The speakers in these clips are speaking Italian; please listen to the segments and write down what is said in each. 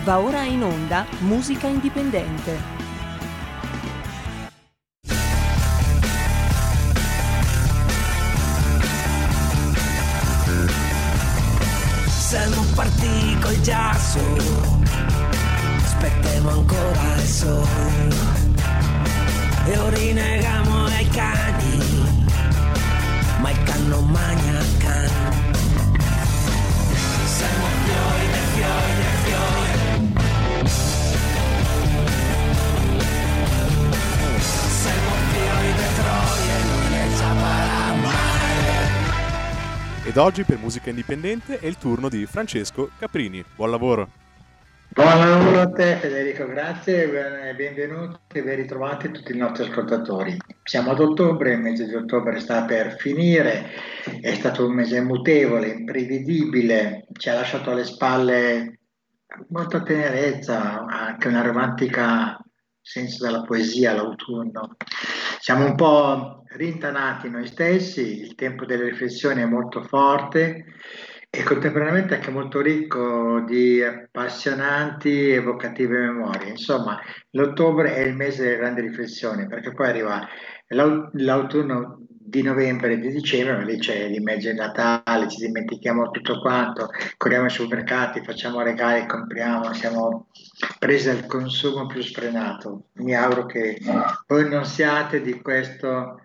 Va ora in onda Musica Indipendente. Siamo partiti col giasso, aspettiamo ancora il sole e orinegamo ai cani, ma il can non magna can. Siamo fiori de fiori de fiori, siamo fiori de troie, non ne saprà mai. Ed oggi per Musica Indipendente è il turno di Francesco Caprini. Buon lavoro! Buon lavoro a te Federico, grazie e benvenuti e ben ritrovati tutti i nostri ascoltatori. Siamo ad ottobre, il mese di ottobre sta per finire, è stato un mese mutevole, imprevedibile, ci ha lasciato alle spalle molta tenerezza, anche una romantica senso della poesia, l'autunno. Siamo un po' rintanati noi stessi, il tempo delle riflessioni è molto forte e contemporaneamente anche molto ricco di appassionanti e evocative memorie. Insomma, l'ottobre è il mese delle grandi riflessioni, perché poi arriva l'autunno di novembre e di dicembre, ma lì c'è di mezzo il Natale, ci dimentichiamo tutto quanto, corriamo ai supermercati, facciamo regali, compriamo, siamo presi al consumo più sfrenato. Mi auguro che voi non siate di questa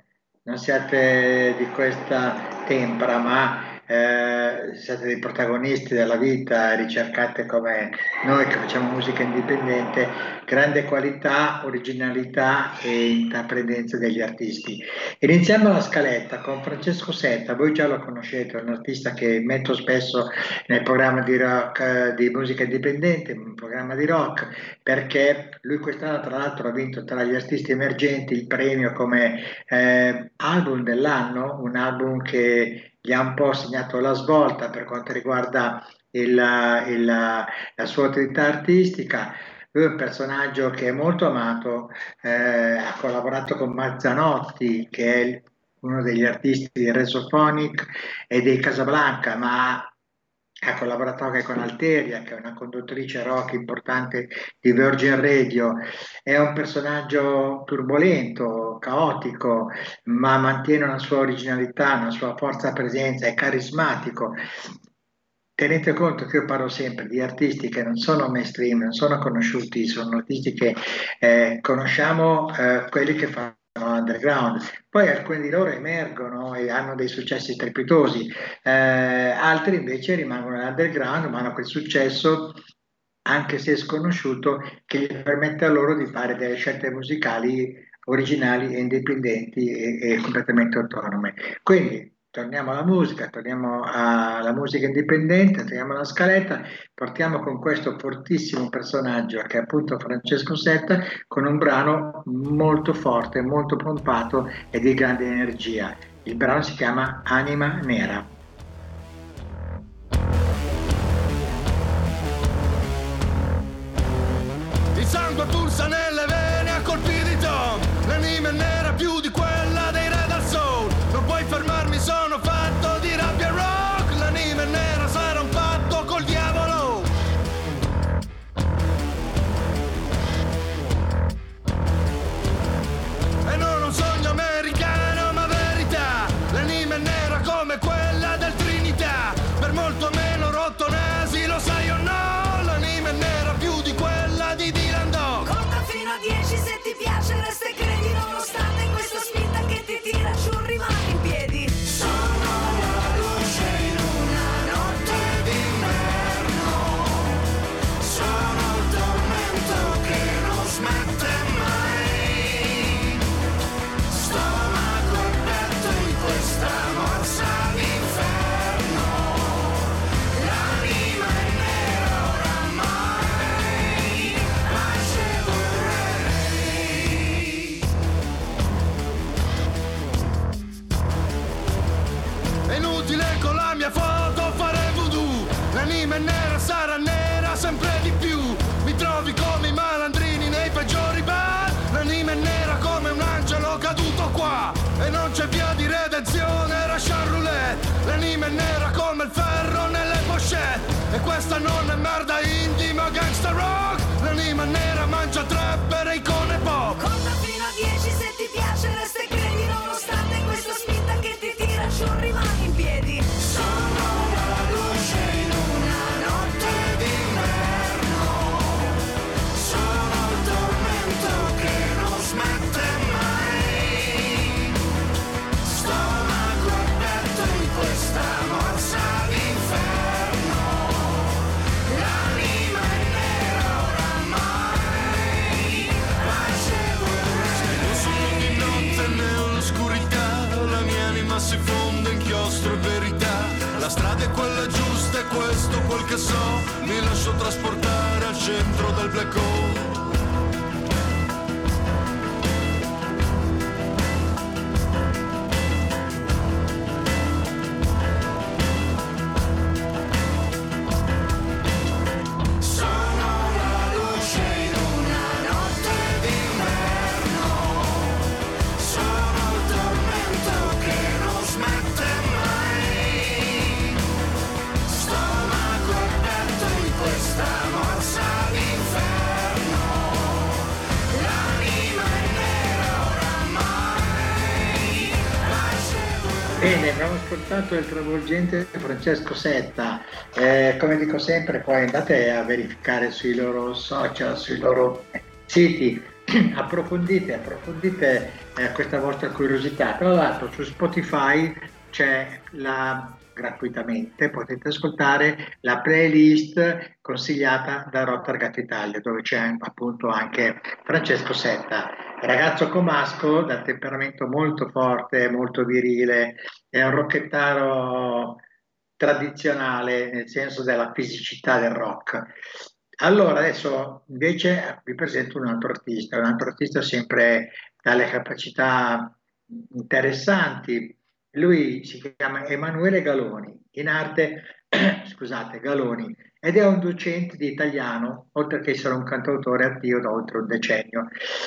tempera, ma siete dei protagonisti della vita, ricercate come noi che facciamo musica indipendente grande qualità, originalità e intraprendenza degli artisti. Iniziamo la scaletta con Francesco Setta. Voi già lo conoscete, è un artista che metto spesso nel programma di rock di musica indipendente, un programma di rock, perché lui quest'anno tra l'altro ha vinto tra gli artisti emergenti il premio come album dell'anno, un album che gli ha un po' segnato la svolta per quanto riguarda la sua attività artistica. Lui è un personaggio che è molto amato, ha collaborato con Mazzanotti, che è uno degli artisti di Resophonic e dei Casablanca, ma ha collaborato anche con Alteria, che è una conduttrice rock importante di Virgin Radio. È un personaggio turbolento, caotico, ma mantiene una sua originalità, una sua forza presenza, è carismatico. Tenete conto che io parlo sempre di artisti che non sono mainstream, non sono conosciuti, sono artisti che conosciamo, quelli che fanno underground. Poi alcuni di loro emergono e hanno dei successi strepitosi, altri invece rimangono underground, ma hanno quel successo, anche se sconosciuto, che gli permette a loro di fare delle scelte musicali originali e indipendenti e completamente autonome. Quindi torniamo alla musica indipendente, torniamo alla scaletta, partiamo con questo fortissimo personaggio che è appunto Francesco Setta, con un brano molto forte, molto pompato e di grande energia. Il brano si chiama Anima Nera. Il sangue pulsa nelle vene a colpi di tom, l'anima è nera più di quella dei re del soul. Non puoi fermarmi, sono fatto di rabbia e rock. L'anima è nera, sarà un patto col diavolo. E non un sogno americano ma verità. L'anima è nera come quella del Trinità. Per molto meno rotto nasi, lo sai o no? L'anima è nera più di quella di Dylan Dog. Conta fino a 10 se ti piace, resta e credi nonostante questa spinta che ti tira giù, rimani in piedi. Sono la luce in una notte d'inverno, sono il tormento che non smette mai. Stomaco e petto in questa morsa d'inferno, l'anima è nera oramai, pace vorrei. È inutile con la mia foto fare voodoo. L'anima è nera, sarà nera sempre di più. Mi trovi come i malandrini nei peggiori bar. L'anima è nera come un angelo caduto qua. E non c'è via di redenzione, Russian roulette. L'anima è nera come il ferro nelle pochette. E questa non è merda indie ma gangsta rock. L'anima nera mangia tre per con e poco. Conta fino a 10 se ti piace, resta e credi, nonostante questa spinta che ti tira giù, rimani in piedi. Sono la luce in una notte d'inverno, sono il tormento che non smette mai, stomaco e petto in questa morsa d'inferno, l'anima è nera oramai, pace vorrei. Non sono di notte né all'oscurità, la mia anima si fonde in inchiostro e verità. La strada è quella giusta e questo quel che so, mi lascio trasportare al centro del black hole. Bene, abbiamo ascoltato il travolgente Francesco Setta. Come dico sempre, poi andate a verificare sui loro social, sui loro siti, approfondite questa vostra curiosità. Tra l'altro su Spotify c'è gratuitamente, potete ascoltare la playlist consigliata da Rottergat Italia, dove c'è appunto anche Francesco Setta, ragazzo comasco dal temperamento molto forte, molto virile, è un rockettaro tradizionale nel senso della fisicità del rock. Allora adesso invece vi presento un altro artista sempre dalle capacità interessanti. Lui si chiama Emanuele Galoni, in arte, Galoni, ed è un docente di italiano, oltre che essere un cantautore attivo da oltre un decennio.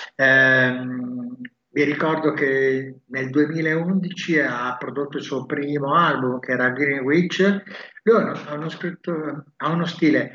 Vi ricordo che nel 2011 ha prodotto il suo primo album, che era Green Witch. Lui ha uno stile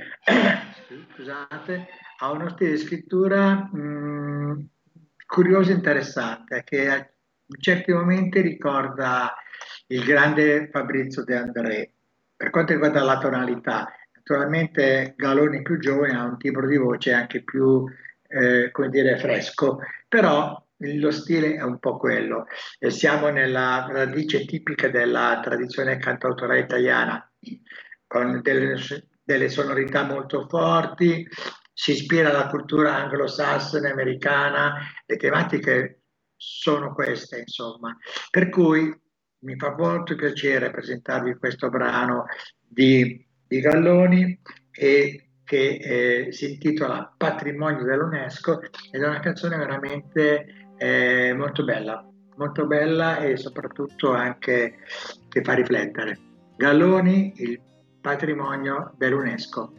di scrittura curioso e interessante, che in certi momenti ricorda il grande Fabrizio De André. Per quanto riguarda la tonalità, naturalmente Galoni più giovane ha un timbro di voce anche più, fresco, però lo stile è un po' quello. Siamo nella radice tipica della tradizione cantautorale italiana, con delle sonorità molto forti, si ispira alla cultura anglosassone americana, le tematiche sono queste, insomma. Per cui mi fa molto piacere presentarvi questo brano di Galloni e che si intitola Patrimonio dell'UNESCO ed è una canzone veramente molto bella e soprattutto anche che fa riflettere. Galloni, il patrimonio dell'UNESCO.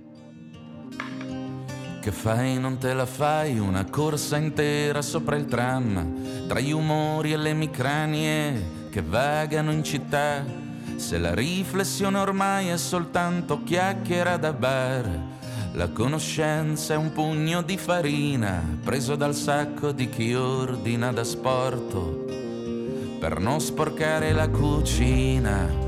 Che fai, non te la fai, una corsa intera sopra il tram, tra gli umori e le emicranie che vagano in città. Se la riflessione ormai è soltanto chiacchiera da bar, la conoscenza è un pugno di farina preso dal sacco di chi ordina da sporto per non sporcare la cucina.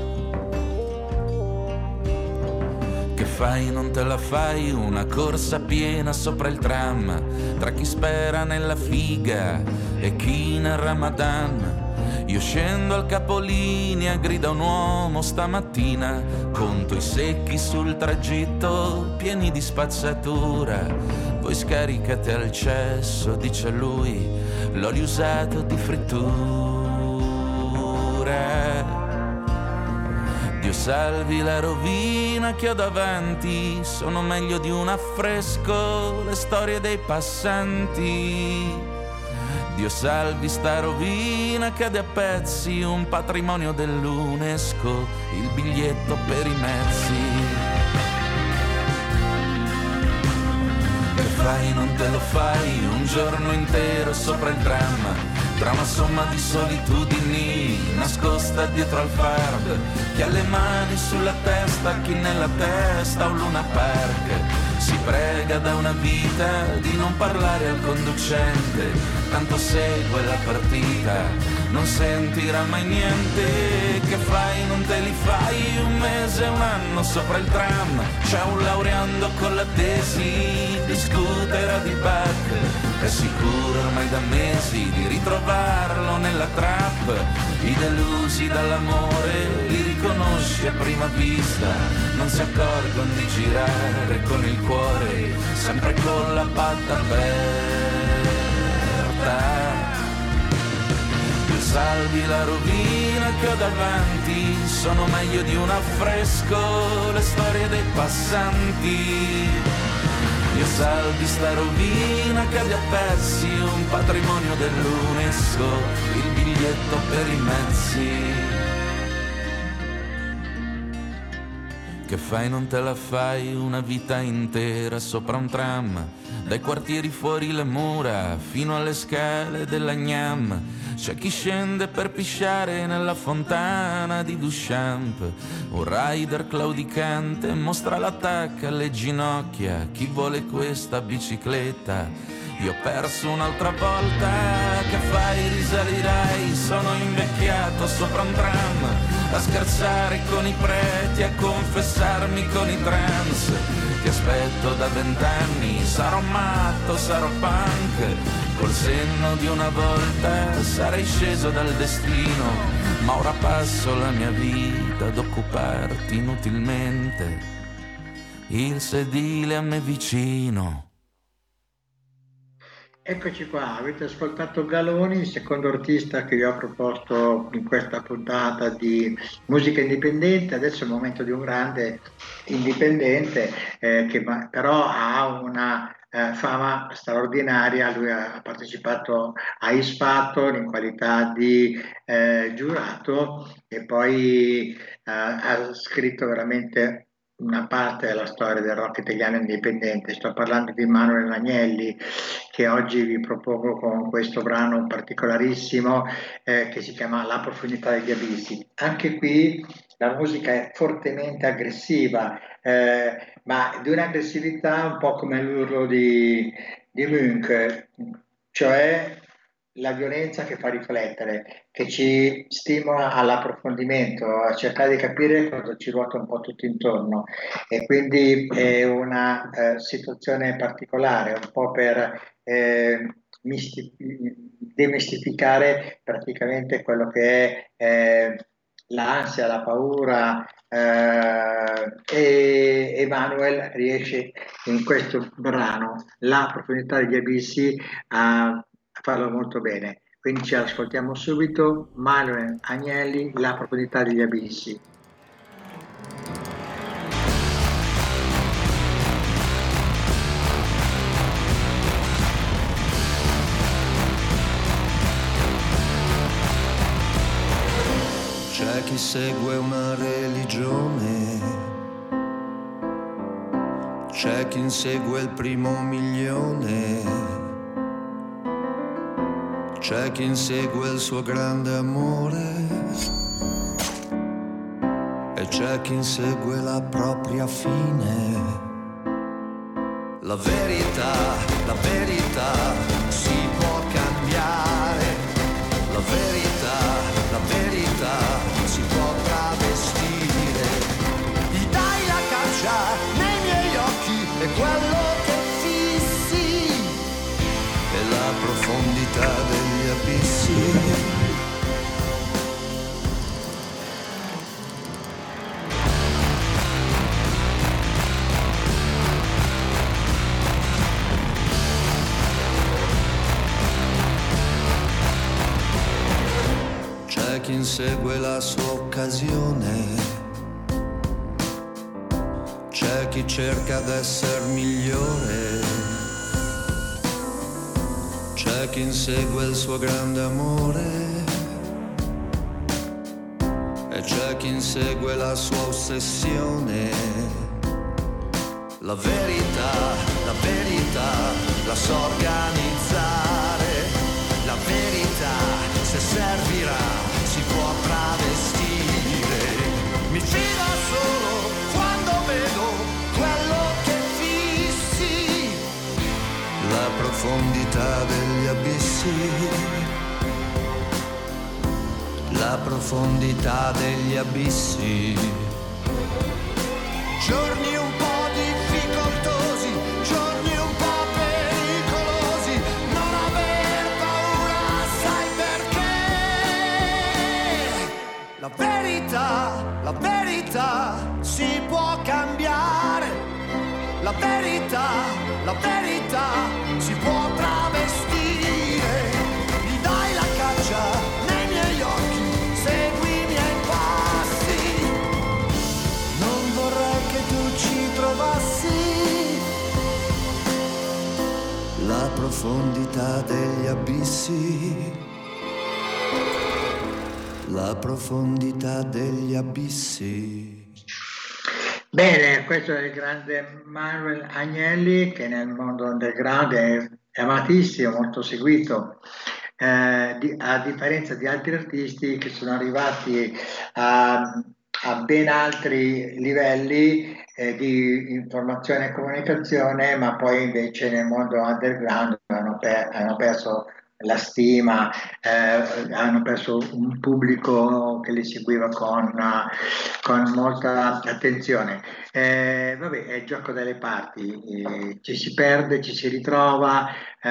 Che fai, non te la fai, una corsa piena sopra il tram, tra chi spera nella figa e chi nel Ramadan. Io scendo al capolinea, grida un uomo stamattina, conto i secchi sul tragitto pieni di spazzatura. Poi scaricate al cesso, dice lui, l'olio usato di frittura. Dio salvi la rovina che ho davanti, sono meglio di un affresco le storie dei passanti. Dio salvi sta rovina, cade a pezzi un patrimonio dell'UNESCO, il biglietto per i mezzi. Che fai, non te lo fai, un giorno intero sopra il tram, tra una somma di solitudini nascosta dietro al fard, chi ha le mani sulla testa, chi nella testa un Luna Park. Si prega da una vita di non parlare al conducente, tanto segue la partita, non sentirà mai niente. Che fai, non te li fai, un mese, un anno sopra il tram, c'è un laureando con la tesi, discuterà di Bach. È sicuro ormai da mesi di ritrovarlo nella trap, i delusi dall'amore li riconosce a prima vista, non si accorgono di girare con il cuore sempre con la patta aperta. Più salvi la rovina che ho davanti, sono meglio di un affresco le storie dei passanti. Io salvi sta rovina che abbia persi un patrimonio dell'UNESCO, il biglietto per i mezzi. Che fai, non te la fai, una vita intera sopra un tram, dai quartieri fuori le mura fino alle scale della Gnam. C'è chi scende per pisciare nella fontana di Duchamp, un rider claudicante mostra l'attacco alle ginocchia, chi vuole questa bicicletta? Io ho perso un'altra volta, che fai, risalirai, sono invecchiato sopra un tram, a scherzare con i preti, a confessarmi con i trans. Ti aspetto da 20 anni, sarò matto, sarò punk, col senno di una volta sarei sceso dal destino, ma ora passo la mia vita ad occuparti inutilmente il sedile a me vicino. Eccoci qua, avete ascoltato Galoni, il secondo artista che vi ho proposto in questa puntata di musica indipendente. Adesso è il momento di un grande indipendente che però ha una fama straordinaria. Lui ha partecipato a X Factor in qualità di giurato e poi ha scritto veramente una parte della storia del rock italiano indipendente. Sto parlando di Manuel Agnelli, che oggi vi propongo con questo brano particolarissimo che si chiama La profondità degli abissi. Anche qui la musica è fortemente aggressiva, ma di un'aggressività un po' come l'urlo di Munch, cioè la violenza che fa riflettere, che ci stimola all'approfondimento, a cercare di capire cosa ci ruota un po' tutto intorno, e quindi è una situazione particolare, un po' per demistificare praticamente quello che è l'ansia, la paura. E Emanuel riesce in questo brano, La profondità degli abissi, a farlo molto bene. Quindi ci ascoltiamo subito Manuel Agnelli, La profondità degli abissi. C'è chi segue una religione, c'è chi insegue il primo milione, c'è chi insegue il suo grande amore e c'è chi insegue la propria fine. La verità si può cambiare, la verità si può travestire. Gli dai la caccia nei miei occhi e quello che fissi è la profondità degli abissi. C'è chi insegue la sua occasione, c'è chi cerca d'essere migliore, c'è chi insegue il suo grande amore e c'è chi insegue la sua ossessione. La verità la so organizzare, la verità, se servirà, si può travestire. Mi fido solo quando vedo quello che fissi, la profondità degli abissi, la profondità degli abissi. Giorni un po' difficoltosi, giorni un po' pericolosi, non aver paura, sai perché? La verità si può cambiare, la verità si può travestire. Gli dai la caccia nei miei occhi, segui i miei passi, non vorrei che tu ci trovassi la profondità degli abissi, la profondità degli abissi. Bene, questo è il grande Manuel Agnelli, che nel mondo underground è amatissimo, molto seguito, a differenza di altri artisti che sono arrivati a ben altri livelli di informazione e comunicazione, ma poi invece nel mondo underground hanno perso la stima, hanno perso un pubblico che li seguiva con molta attenzione. Vabbè, è il gioco delle parti, ci si perde, ci si ritrova,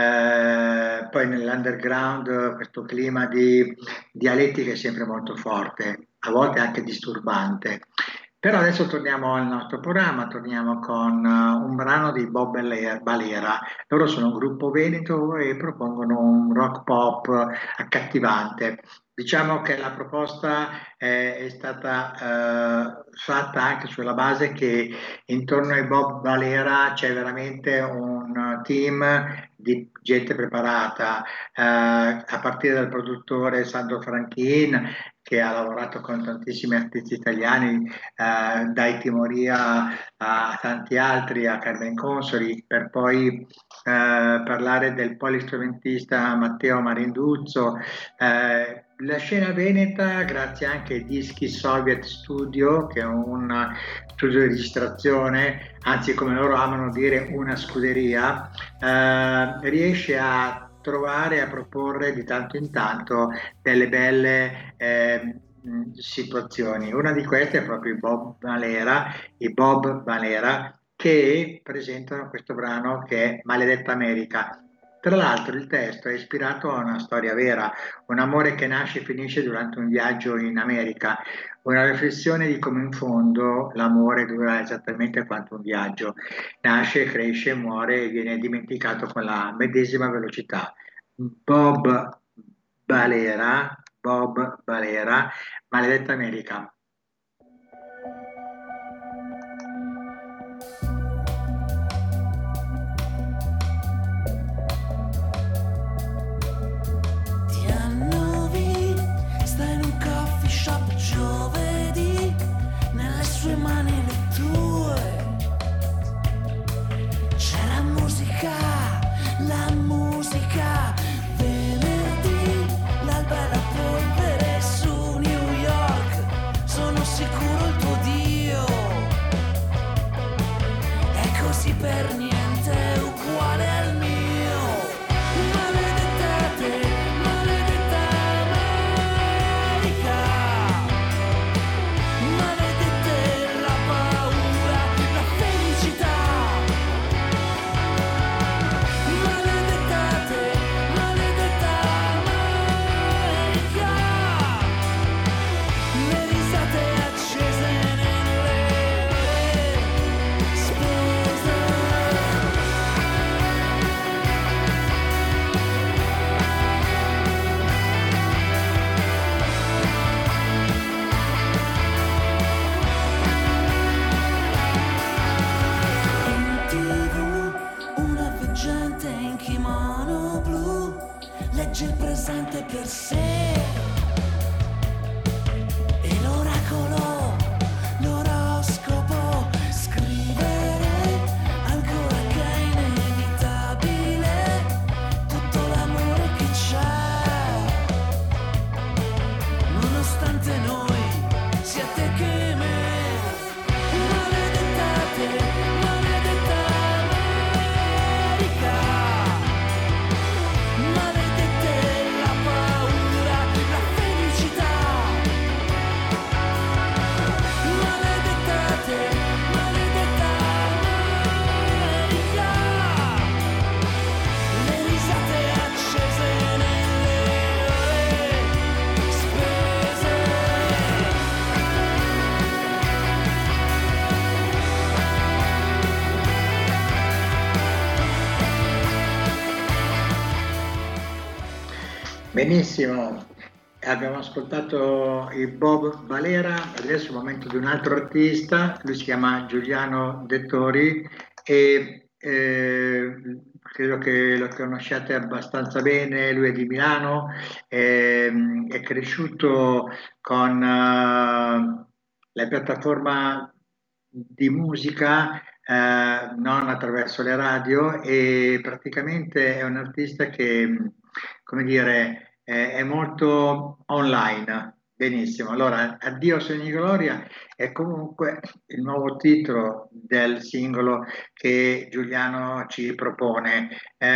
poi nell'underground questo clima di dialettica è sempre molto forte, a volte anche disturbante. Però adesso torniamo al nostro programma, torniamo con un brano di Bob Valera. Loro sono un gruppo veneto e propongono un rock pop accattivante. Diciamo che la proposta è stata fatta anche sulla base che intorno a Bob Valera c'è veramente un team di gente preparata, a partire dal produttore Sandro Franchin, che ha lavorato con tantissimi artisti italiani, dai Timoria a tanti altri, a Carmen Consoli, per poi parlare del polistrumentista Matteo Marinduzzo. La scena veneta, grazie anche ai Dischi Soviet Studio, che è un studio di registrazione, anzi come loro amano dire una scuderia, riesce a trovare, a proporre di tanto in tanto delle belle situazioni. Una di queste è proprio i Bob Valera, che presentano questo brano che è Maledetta America. Tra l'altro il testo è ispirato a una storia vera, un amore che nasce e finisce durante un viaggio in America, una riflessione di come in fondo l'amore dura esattamente quanto un viaggio, nasce, cresce, muore e viene dimenticato con la medesima velocità. Bob Valera, Maledetta America. Giovedì, nelle sue mani le tue, c'è la musica, venerdì, l'alba e la polvere su New York, sono sicuro il tuo Dio, è così per niente uguale al mio. Maledetta te, maledetta America. Maledette la paura, la felicità. Maledetta te, maledetta America. Le risate accese nelle ore spese. In TV una veggente in kimono blu legge il presente per sé e l'oracolo, l'oroscopo, scrivere ancora che è inevitabile tutto l'amore che c'è. Benissimo, abbiamo ascoltato il Bob Valera, adesso è il momento di un altro artista, lui si chiama Giuliano Dettori e credo che lo conosciate abbastanza bene, lui è di Milano, è cresciuto con la piattaforma di musica non attraverso le radio e praticamente è un artista che, come dire, è molto online. Benissimo, allora Addio Sogni di Gloria è comunque il nuovo titolo del singolo che Giuliano ci propone.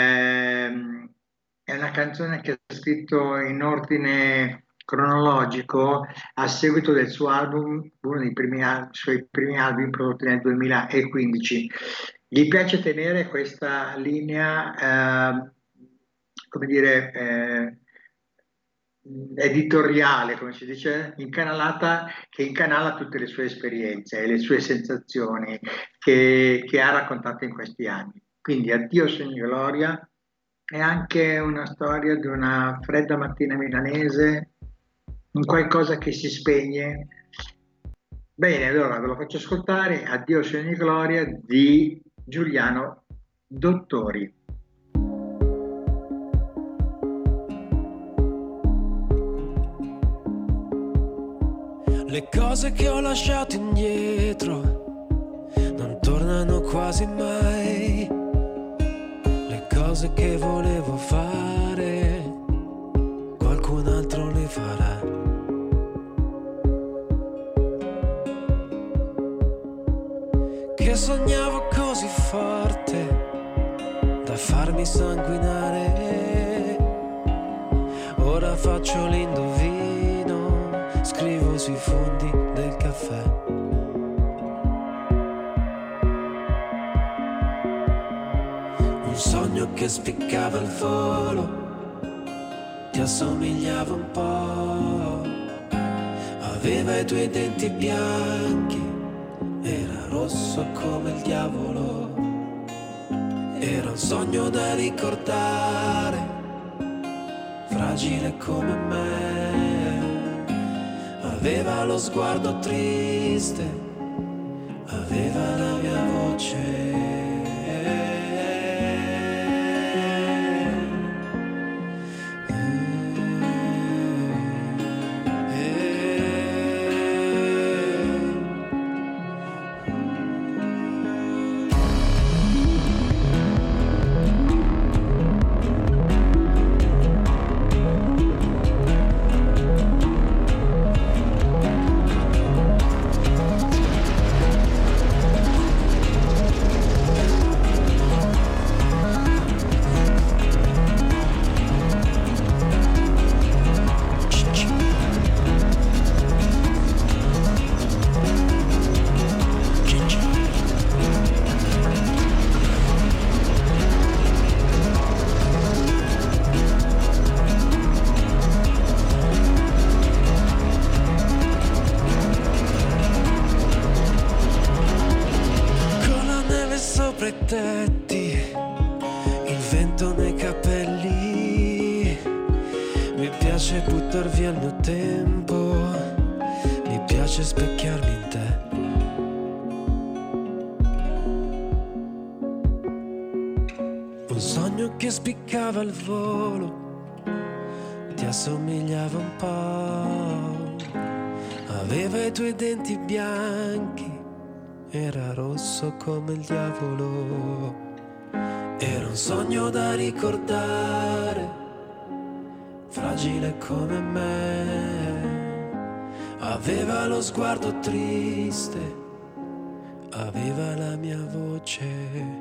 È una canzone che ha scritto in ordine cronologico a seguito del suo album, uno dei suoi primi album prodotti nel 2015. Gli piace tenere questa linea, come dire, editoriale, come si dice, incanalata, che incanala tutte le sue esperienze e le sue sensazioni che ha raccontato in questi anni. Quindi Addio Sogni di Gloria è anche una storia di una fredda mattina milanese, un qualcosa che si spegne. Bene, allora ve lo faccio ascoltare, Addio Sogni di Gloria di Giuliano Dottori. Le cose che ho lasciato indietro non tornano quasi mai. Le cose che volevo fare, qualcun altro le farà. Che sognavo così forte da farmi sanguinare. Ora faccio l'indovino, scrivo sui fondi del caffè. Un sogno che spiccava il volo, ti assomigliava un po', aveva i tuoi denti bianchi, era rosso come il diavolo. Era un sogno da ricordare, fragile come me. Aveva lo sguardo triste, aveva la mia voce. Al volo ti assomigliava un po', aveva i tuoi denti bianchi, era rosso come il diavolo. Era un sogno da ricordare, fragile come me. Aveva lo sguardo triste, aveva la mia voce.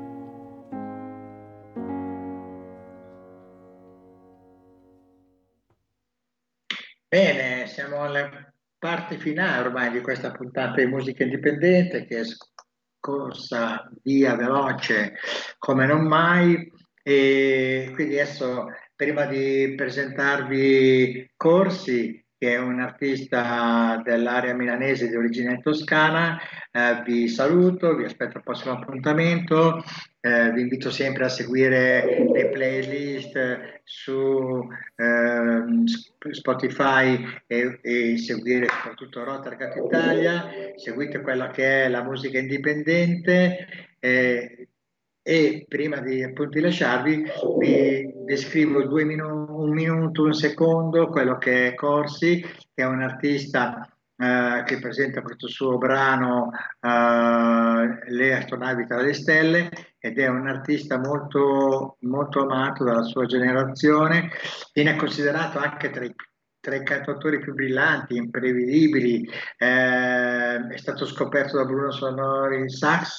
Bene, siamo alla parte finale ormai di questa puntata di musica indipendente che è scorsa via veloce come non mai e quindi adesso prima di presentarvi corsi che è un artista dell'area milanese di origine toscana. Vi saluto, vi aspetto al prossimo appuntamento. Vi invito sempre a seguire le playlist su Spotify e seguire soprattutto Rotary Cat Italia. Seguite quella che è la musica indipendente. E prima di appunto lasciarvi, vi descrivo un minuto, un secondo, quello che è Corsi, che è un artista che presenta questo suo brano Le astronavi tra le stelle, ed è un artista molto, molto amato dalla sua generazione. Viene considerato anche tra i cantautori più brillanti, imprevedibili. È stato scoperto da Bruno Sonori Sax.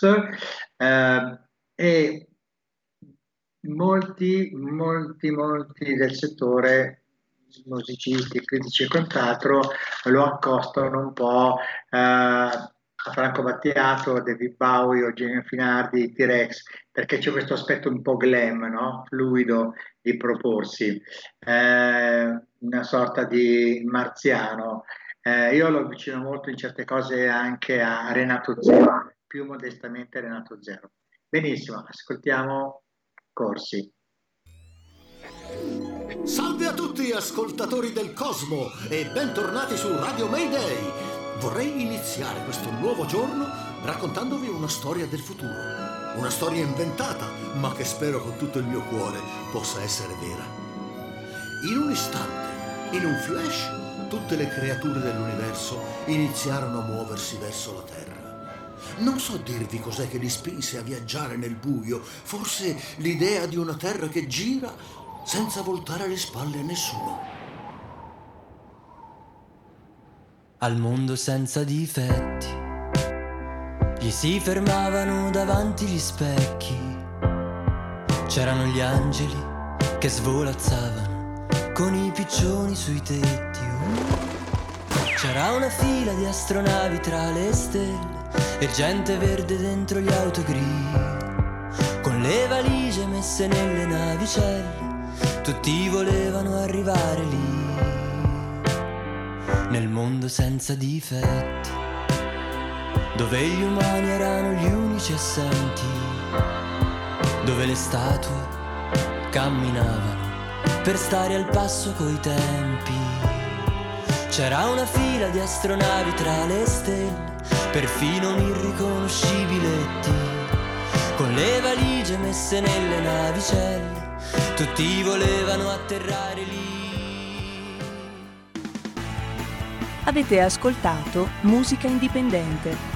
E molti del settore, musicisti, critici e quant'altro, lo accostano un po' a Franco Battiato, David Bowie, Eugenio Finardi, T-Rex, perché c'è questo aspetto un po' glam, no? Fluido di proporsi, una sorta di marziano. Io lo avvicino molto in certe cose anche a Renato Zero, più modestamente Renato Zero. Benissimo, ascoltiamo Corsi. Salve a tutti ascoltatori del Cosmo e bentornati su Radio Mayday. Vorrei iniziare questo nuovo giorno raccontandovi una storia del futuro. Una storia inventata, ma che spero con tutto il mio cuore possa essere vera. In un istante, in un flash, tutte le creature dell'universo iniziarono a muoversi verso la Terra. Non so dirvi cos'è che li spinse a viaggiare nel buio, forse l'idea di una terra che gira senza voltare le spalle a nessuno. Al mondo senza difetti, gli si fermavano davanti gli specchi. C'erano gli angeli che svolazzavano con i piccioni sui tetti. C'era una fila di astronavi tra le stelle e gente verde dentro gli autogrill, con le valigie messe nelle navicelle. Tutti volevano arrivare lì, nel mondo senza difetti, dove gli umani erano gli unici assenti, dove le statue camminavano per stare al passo coi tempi. C'era una fila di astronavi tra le stelle, perfino un irriconoscibiletti, con le valigie messe nelle navicelle. Tutti volevano atterrare lì. Avete ascoltato Musica Indipendente.